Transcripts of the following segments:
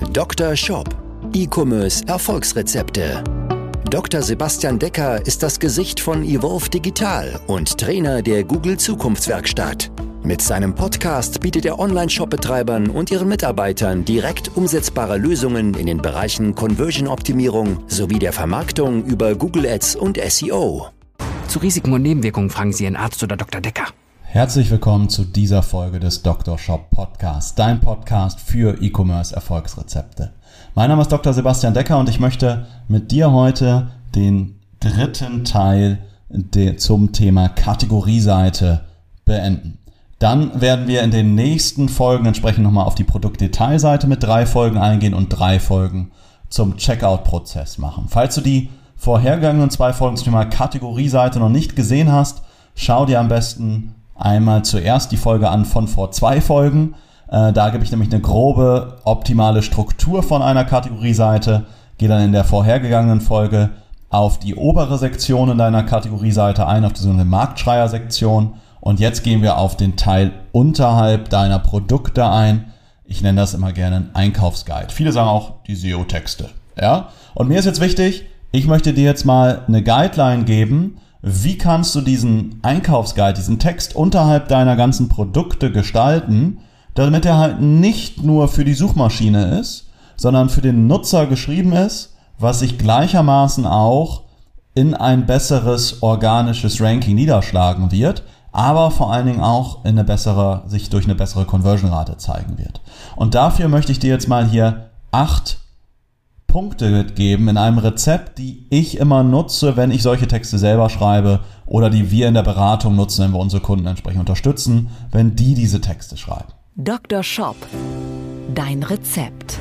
Dr. Shop. E-Commerce Erfolgsrezepte. Dr. Sebastian Decker ist das Gesicht von Evolve Digital und Trainer der Google Zukunftswerkstatt. Mit seinem Podcast bietet er Online-Shop-Betreibern und ihren Mitarbeitern direkt umsetzbare Lösungen in den Bereichen Conversion-Optimierung sowie der Vermarktung über Google Ads und SEO. Zu Risiken und Nebenwirkungen fragen Sie Ihren Arzt oder Dr. Decker. Herzlich willkommen zu dieser Folge des Dr. Shop Podcasts, dein Podcast für E-Commerce Erfolgsrezepte. Mein Name ist Dr. Sebastian Decker und ich möchte mit dir heute den dritten Teil zum Thema Kategorieseite beenden. Dann werden wir in den nächsten Folgen entsprechend nochmal auf die Produktdetailseite mit 3 Folgen eingehen und 3 Folgen zum Checkout-Prozess machen. Falls du die vorhergegangenen 2 Folgen zum Thema Kategorieseite noch nicht gesehen hast, schau dir am besten einmal zuerst die Folge an von vor 2 Folgen. Da gebe ich nämlich eine grobe, optimale Struktur von einer Kategorieseite, gehe dann in der vorhergegangenen Folge auf die obere Sektion in deiner Kategorieseite ein, auf die sogenannte Marktschreier-Sektion. Und jetzt gehen wir auf den Teil unterhalb deiner Produkte ein. Ich nenne das immer gerne einen Einkaufsguide. Viele sagen auch die SEO-Texte. Ja? Und mir ist jetzt wichtig, ich möchte dir jetzt mal eine Guideline geben, wie kannst du diesen Einkaufsguide, diesen Text unterhalb deiner ganzen Produkte gestalten, damit er halt nicht nur für die Suchmaschine ist, sondern für den Nutzer geschrieben ist, was sich gleichermaßen auch in ein besseres organisches Ranking niederschlagen wird, aber vor allen Dingen auch sich durch eine bessere Conversion-Rate zeigen wird. Und dafür möchte ich dir jetzt mal hier 8 Punkte mitgeben in einem Rezept, die ich immer nutze, wenn ich solche Texte selber schreibe oder die wir in der Beratung nutzen, wenn wir unsere Kunden entsprechend unterstützen, wenn die diese Texte schreiben. Dr. Shop, dein Rezept.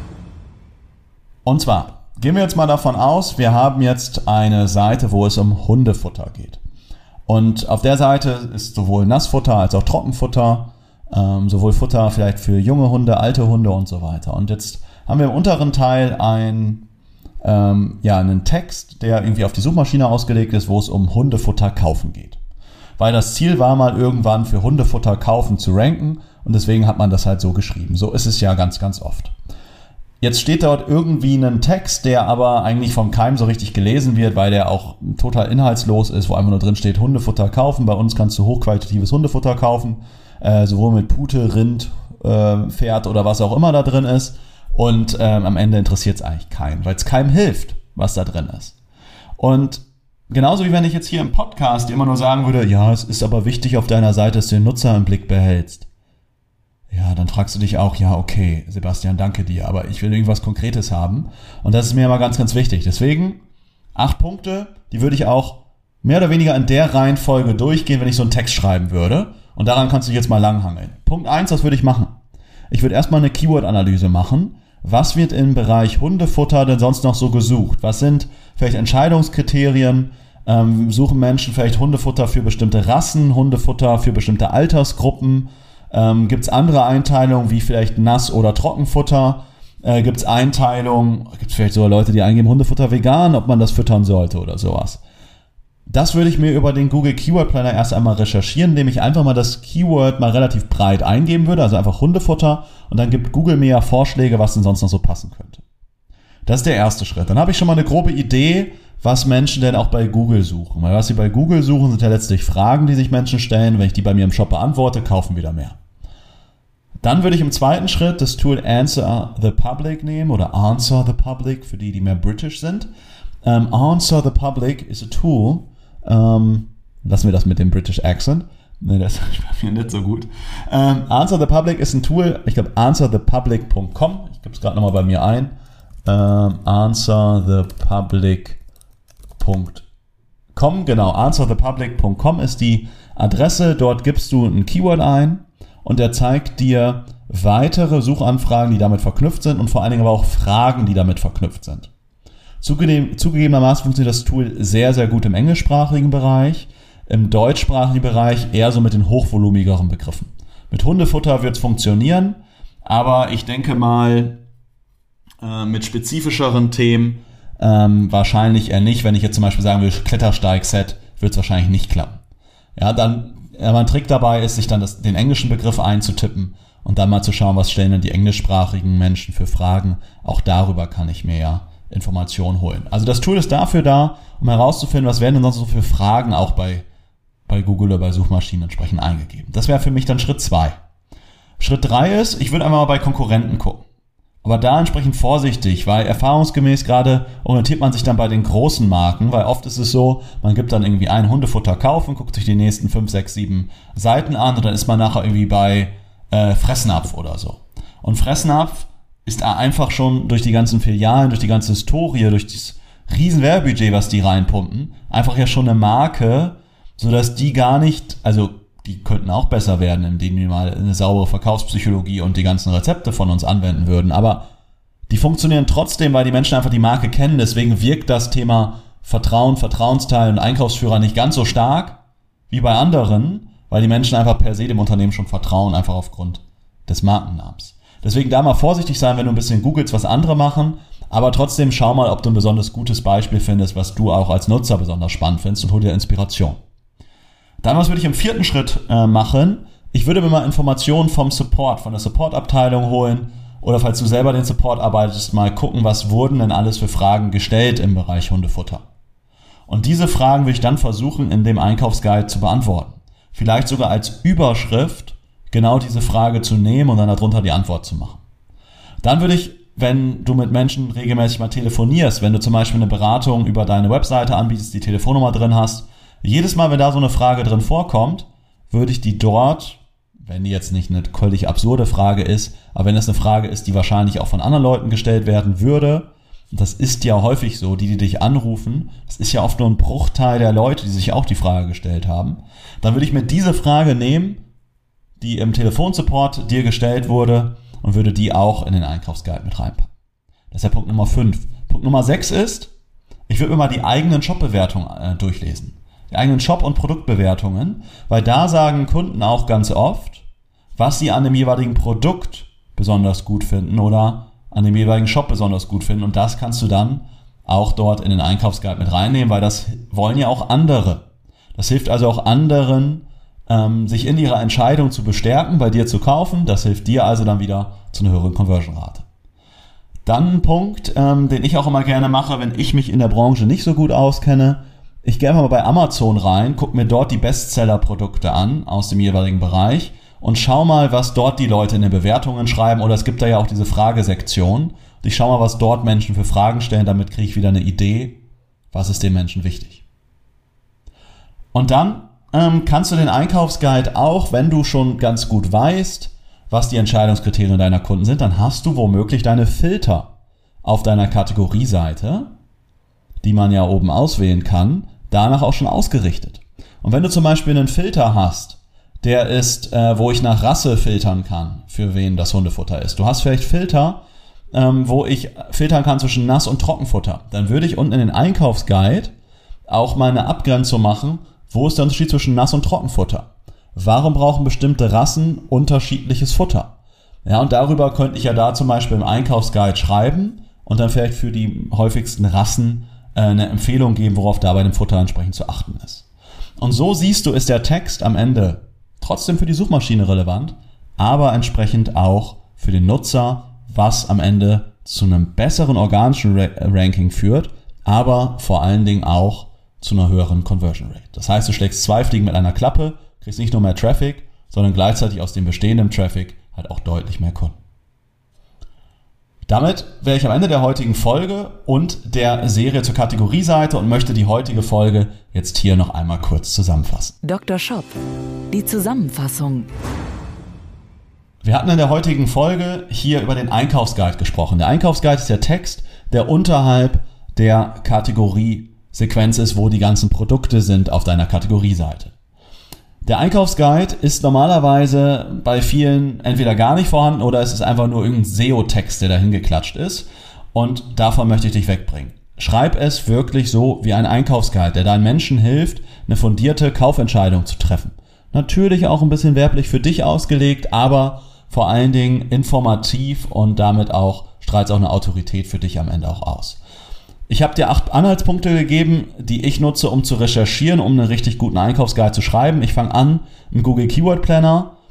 Und zwar gehen wir jetzt mal davon aus, wir haben jetzt eine Seite, wo es um Hundefutter geht. Und auf der Seite ist sowohl Nassfutter als auch Trockenfutter, sowohl Futter vielleicht für junge Hunde, alte Hunde und so weiter. Und jetzt haben wir im unteren Teil einen Text, der irgendwie auf die Suchmaschine ausgelegt ist, wo es um Hundefutter kaufen geht. Weil das Ziel war mal irgendwann für Hundefutter kaufen zu ranken und deswegen hat man das halt so geschrieben. So ist es ja ganz, ganz oft. Jetzt steht dort irgendwie ein Text, der aber eigentlich vom Keim so richtig gelesen wird, weil der auch total inhaltslos ist, wo einfach nur drin steht, Hundefutter kaufen. Bei uns kannst du hochqualitatives Hundefutter kaufen, sowohl mit Pute, Rind, Pferd oder was auch immer da drin ist. Und am Ende interessiert es eigentlich keinen, weil es keinem hilft, was da drin ist. Und genauso wie wenn ich jetzt hier im Podcast immer nur sagen würde, ja, es ist aber wichtig auf deiner Seite, dass du den Nutzer im Blick behältst. Ja, dann fragst du dich auch, ja, okay, Sebastian, danke dir, aber ich will irgendwas Konkretes haben. Und das ist mir immer ganz, ganz wichtig. Deswegen 8 Punkte, die würde ich auch mehr oder weniger in der Reihenfolge durchgehen, wenn ich so einen Text schreiben würde. Und daran kannst du dich jetzt mal langhangeln. Punkt 1, was würde ich machen? Ich würde erstmal eine Keyword-Analyse machen. Was wird im Bereich Hundefutter denn sonst noch so gesucht? Was sind vielleicht Entscheidungskriterien? Suchen Menschen vielleicht Hundefutter für bestimmte Rassen, Hundefutter für bestimmte Altersgruppen? Gibt es andere Einteilungen wie vielleicht Nass- oder Trockenfutter? Gibt es Einteilungen, gibt es vielleicht sogar Leute, die eingeben Hundefutter vegan, ob man das füttern sollte oder sowas? Das würde ich mir über den Google Keyword Planner erst einmal recherchieren, indem ich einfach mal das Keyword mal relativ breit eingeben würde, also einfach Hundefutter, und dann gibt Google mir ja Vorschläge, was denn sonst noch so passen könnte. Das ist der erste Schritt. Dann habe ich schon mal eine grobe Idee, was Menschen denn auch bei Google suchen. Weil was sie bei Google suchen, sind ja letztlich Fragen, die sich Menschen stellen. Wenn ich die bei mir im Shop beantworte, kaufen wieder mehr. Dann würde ich im zweiten Schritt das Tool Answer the Public nehmen oder Answer the Public für die mehr British sind. Answer the Public is a tool. Lassen wir das mit dem British Accent. Ne, das ist mir nicht so gut. Answer the Public ist ein Tool, ich glaube answerthepublic.com. Ich gebe es gerade nochmal bei mir ein. Answerthepublic.com, genau, answerthepublic.com ist die Adresse. Dort gibst du ein Keyword ein und der zeigt dir weitere Suchanfragen, die damit verknüpft sind und vor allen Dingen aber auch Fragen, die damit verknüpft sind. Zugegebenermaßen funktioniert das Tool sehr, sehr gut im englischsprachigen Bereich, im deutschsprachigen Bereich eher so mit den hochvolumigeren Begriffen. Mit Hundefutter wird es funktionieren, aber ich denke mal, mit spezifischeren Themen wahrscheinlich eher nicht. Wenn ich jetzt zum Beispiel sagen will, Klettersteig-Set, wird es wahrscheinlich nicht klappen. Ja, dann, aber ein Trick dabei ist, sich dann den englischen Begriff einzutippen und dann mal zu schauen, was stellen denn die englischsprachigen Menschen für Fragen. Auch darüber kann ich mir ja Informationen holen. Also das Tool ist dafür da, um herauszufinden, was werden denn sonst so für Fragen auch bei Google oder bei Suchmaschinen entsprechend eingegeben. Das wäre für mich dann Schritt 2. Schritt 3 ist, ich würde einmal mal bei Konkurrenten gucken. Aber da entsprechend vorsichtig, weil erfahrungsgemäß gerade orientiert man sich dann bei den großen Marken, weil oft ist es so, man gibt dann irgendwie ein Hundefutter kaufen, guckt sich die nächsten 5, 6, 7 Seiten an und dann ist man nachher irgendwie bei Fressnapf oder so. Und Fressnapf ist einfach schon durch die ganzen Filialen, durch die ganze Historie, durch das riesen Werbebudget, was die reinpumpen, einfach ja schon eine Marke, sodass die gar nicht, also die könnten auch besser werden, indem die mal eine saubere Verkaufspsychologie und die ganzen Rezepte von uns anwenden würden. Aber die funktionieren trotzdem, weil die Menschen einfach die Marke kennen. Deswegen wirkt das Thema Vertrauen, Vertrauensteil und Einkaufsführer nicht ganz so stark wie bei anderen, weil die Menschen einfach per se dem Unternehmen schon vertrauen, einfach aufgrund des Markennamens. Deswegen da mal vorsichtig sein, wenn du ein bisschen googelst, was andere machen, aber trotzdem schau mal, ob du ein besonders gutes Beispiel findest, was du auch als Nutzer besonders spannend findest und hol dir Inspiration. Dann, was würde ich im 4. Schritt machen? Ich würde mir mal Informationen vom Support, von der Support-Abteilung holen oder falls du selber den Support arbeitest, mal gucken, was wurden denn alles für Fragen gestellt im Bereich Hundefutter. Und diese Fragen würde ich dann versuchen, in dem Einkaufsguide zu beantworten. Vielleicht sogar als Überschrift genau diese Frage zu nehmen und dann darunter die Antwort zu machen. Dann würde ich, wenn du mit Menschen regelmäßig mal telefonierst, wenn du zum Beispiel eine Beratung über deine Webseite anbietest, die Telefonnummer drin hast, jedes Mal, wenn da so eine Frage drin vorkommt, würde ich die dort, wenn die jetzt nicht eine völlig absurde Frage ist, aber wenn es eine Frage ist, die wahrscheinlich auch von anderen Leuten gestellt werden würde, und das ist ja häufig so, die dich anrufen, das ist ja oft nur ein Bruchteil der Leute, die sich auch die Frage gestellt haben, dann würde ich mir diese Frage nehmen, die im Telefonsupport dir gestellt wurde und würde die auch in den Einkaufsguide mit reinpacken. Das ist der Punkt Nummer 5. Punkt Nummer 6 ist, ich würde mir mal die eigenen Shop-Bewertungen durchlesen. Die eigenen Shop- und Produktbewertungen, weil da sagen Kunden auch ganz oft, was sie an dem jeweiligen Produkt besonders gut finden oder an dem jeweiligen Shop besonders gut finden. Und das kannst du dann auch dort in den Einkaufsguide mit reinnehmen, weil das wollen ja auch andere. Das hilft also auch anderen, sich in ihrer Entscheidung zu bestärken, bei dir zu kaufen. Das hilft dir also dann wieder zu einer höheren Conversion-Rate. Dann ein Punkt, den ich auch immer gerne mache, wenn ich mich in der Branche nicht so gut auskenne. Ich gehe einfach mal bei Amazon rein, gucke mir dort die Bestseller-Produkte an aus dem jeweiligen Bereich und schau mal, was dort die Leute in den Bewertungen schreiben. Oder es gibt da ja auch diese Fragesektion. Und ich schau mal, was dort Menschen für Fragen stellen. Damit kriege ich wieder eine Idee, was ist den Menschen wichtig. Und dann kannst du den Einkaufsguide auch, wenn du schon ganz gut weißt, was die Entscheidungskriterien deiner Kunden sind, dann hast du womöglich deine Filter auf deiner Kategorieseite, die man ja oben auswählen kann, danach auch schon ausgerichtet. Und wenn du zum Beispiel einen Filter hast, der ist, wo ich nach Rasse filtern kann, für wen das Hundefutter ist. Du hast vielleicht Filter, wo ich filtern kann zwischen Nass- und Trockenfutter. Dann würde ich unten in den Einkaufsguide auch mal eine Abgrenzung machen, wo ist der Unterschied zwischen Nass- und Trockenfutter? Warum brauchen bestimmte Rassen unterschiedliches Futter? Ja, und darüber könnte ich ja da zum Beispiel im Einkaufsguide schreiben und dann vielleicht für die häufigsten Rassen eine Empfehlung geben, worauf da bei dem Futter entsprechend zu achten ist. Und so siehst du, ist der Text am Ende trotzdem für die Suchmaschine relevant, aber entsprechend auch für den Nutzer, was am Ende zu einem besseren organischen Ranking führt, aber vor allen Dingen auch zu einer höheren Conversion Rate. Das heißt, du schlägst 2 Fliegen mit einer Klappe, kriegst nicht nur mehr Traffic, sondern gleichzeitig aus dem bestehenden Traffic halt auch deutlich mehr Kunden. Damit wäre ich am Ende der heutigen Folge und der Serie zur Kategorieseite und möchte die heutige Folge jetzt hier noch einmal kurz zusammenfassen. Dr. Shop, die Zusammenfassung. Wir hatten in der heutigen Folge hier über den Einkaufsguide gesprochen. Der Einkaufsguide ist der Text, der unterhalb der Kategoriesequenz ist, wo die ganzen Produkte sind auf deiner Kategorieseite. Der Einkaufsguide ist normalerweise bei vielen entweder gar nicht vorhanden oder es ist einfach nur irgendein SEO-Text, der dahin geklatscht ist. Und davon möchte ich dich wegbringen. Schreib es wirklich so wie ein Einkaufsguide, der deinen Menschen hilft, eine fundierte Kaufentscheidung zu treffen. Natürlich auch ein bisschen werblich für dich ausgelegt, aber vor allen Dingen informativ und damit auch strahlt es auch eine Autorität für dich am Ende auch aus. Ich habe dir 8 Anhaltspunkte gegeben, die ich nutze, um zu recherchieren, um einen richtig guten Einkaufsguide zu schreiben. Ich fange an, einen Google Keyword Planner.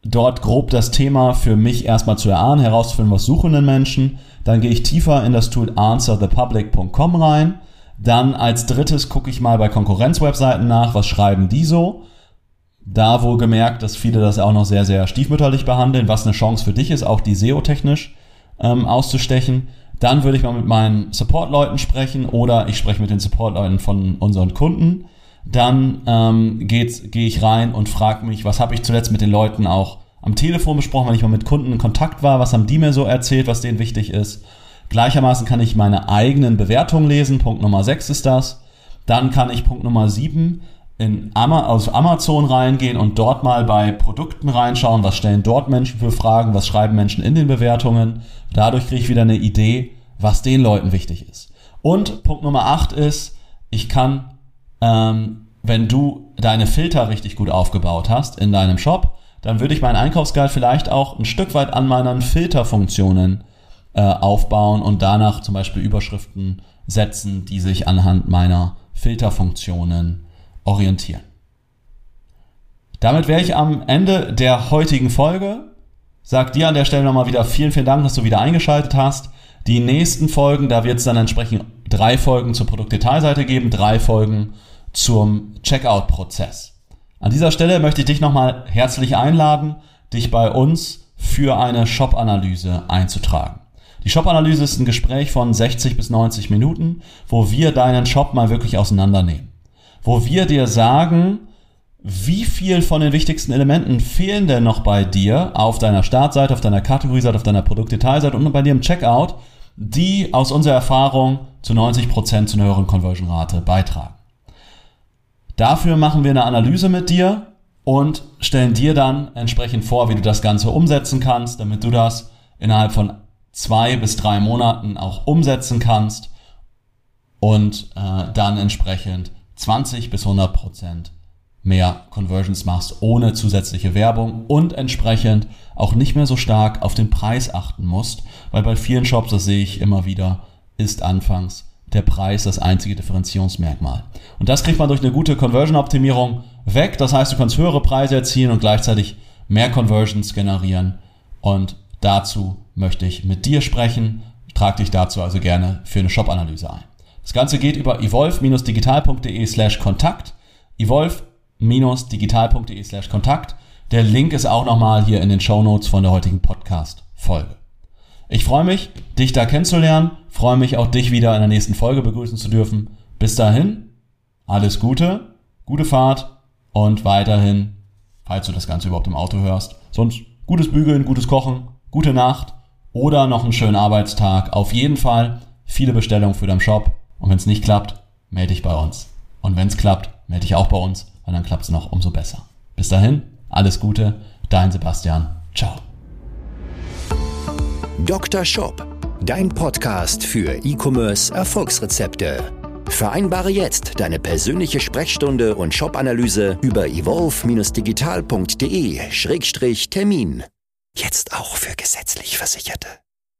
dort grob das Thema für mich erstmal zu erahnen, herauszufinden, was suchen denn Menschen. Dann gehe ich tiefer in das Tool answerthepublic.com rein. Dann als drittes gucke ich mal bei Konkurrenzwebseiten nach, was schreiben die so. Da wohl gemerkt, dass viele das auch noch sehr, sehr stiefmütterlich behandeln, was eine Chance für dich ist, auch die SEO-technisch auszustechen. Dann würde ich mal mit meinen Support-Leuten sprechen oder ich spreche mit den Support-Leuten von unseren Kunden. Dann gehe ich rein und frage mich, was habe ich zuletzt mit den Leuten auch am Telefon besprochen, wenn ich mal mit Kunden in Kontakt war, was haben die mir so erzählt, was denen wichtig ist. Gleichermaßen kann ich meine Bewertungen lesen, Punkt Nummer 6 ist das. Dann kann ich Punkt Nummer 7 aus Amazon reingehen und dort mal bei Produkten reinschauen, was stellen dort Menschen für Fragen, was schreiben Menschen in den Bewertungen. Dadurch kriege ich wieder eine Idee, was den Leuten wichtig ist. Und Punkt Nummer 8 ist, ich kann, wenn du deine Filter richtig gut aufgebaut hast in deinem Shop, dann würde ich meinen Einkaufsguide vielleicht auch ein Stück weit an meinen Filterfunktionen aufbauen und danach zum Beispiel Überschriften setzen, die sich anhand meiner Filterfunktionen orientieren. Damit wäre ich am Ende der heutigen Folge. Sag dir an der Stelle nochmal wieder vielen, vielen Dank, dass du wieder eingeschaltet hast. Die nächsten Folgen, da wird es dann entsprechend 3 Folgen zur Produktdetailseite geben, 3 Folgen zum Checkout-Prozess. An dieser Stelle möchte ich dich nochmal herzlich einladen, dich bei uns für eine Shop-Analyse einzutragen. Die Shop-Analyse ist ein Gespräch von 60 bis 90 Minuten, wo wir deinen Shop mal wirklich auseinandernehmen. Wo wir dir sagen, wie viel von den wichtigsten Elementen fehlen denn noch bei dir auf deiner Startseite, auf deiner Kategorieseite, auf deiner Produktdetailseite und bei dir im Checkout, die aus unserer Erfahrung zu 90% zu einer höheren Conversion-Rate beitragen. Dafür machen wir eine Analyse mit dir und stellen dir dann entsprechend vor, wie du das Ganze umsetzen kannst, damit du das innerhalb von 2 bis 3 Monaten auch umsetzen kannst und dann entsprechend 20 bis 100% mehr Conversions machst ohne zusätzliche Werbung und entsprechend auch nicht mehr so stark auf den Preis achten musst, weil bei vielen Shops, das sehe ich immer wieder, ist anfangs der Preis das einzige Differenzierungsmerkmal. Und das kriegt man durch eine gute Conversion-Optimierung weg. Das heißt, du kannst höhere Preise erzielen und gleichzeitig mehr Conversions generieren. Und dazu möchte ich mit dir sprechen. Trag dich dazu also gerne für eine Shop-Analyse ein. Das Ganze geht über evolve-digital.de/Kontakt. evolve-digital.de/Kontakt. Der Link ist auch nochmal hier in den Shownotes von der heutigen Podcast-Folge. Ich freue mich, dich da kennenzulernen, freue mich auch, dich wieder in der nächsten Folge begrüßen zu dürfen. Bis dahin, alles Gute, gute Fahrt und weiterhin, falls du das Ganze überhaupt im Auto hörst, sonst gutes Bügeln, gutes Kochen, gute Nacht oder noch einen schönen Arbeitstag. Auf jeden Fall viele Bestellungen für deinen Shop und wenn es nicht klappt, melde dich bei uns. Und wenn es klappt, melde dich auch bei uns, weil dann klappt es noch umso besser. Bis dahin, alles Gute, dein Sebastian. Ciao. Dr. Shop, dein Podcast für E-Commerce Erfolgsrezepte. Vereinbare jetzt deine persönliche Sprechstunde und Shop-Analyse über evolve-digital.de/Termin. Jetzt auch für gesetzlich Versicherte.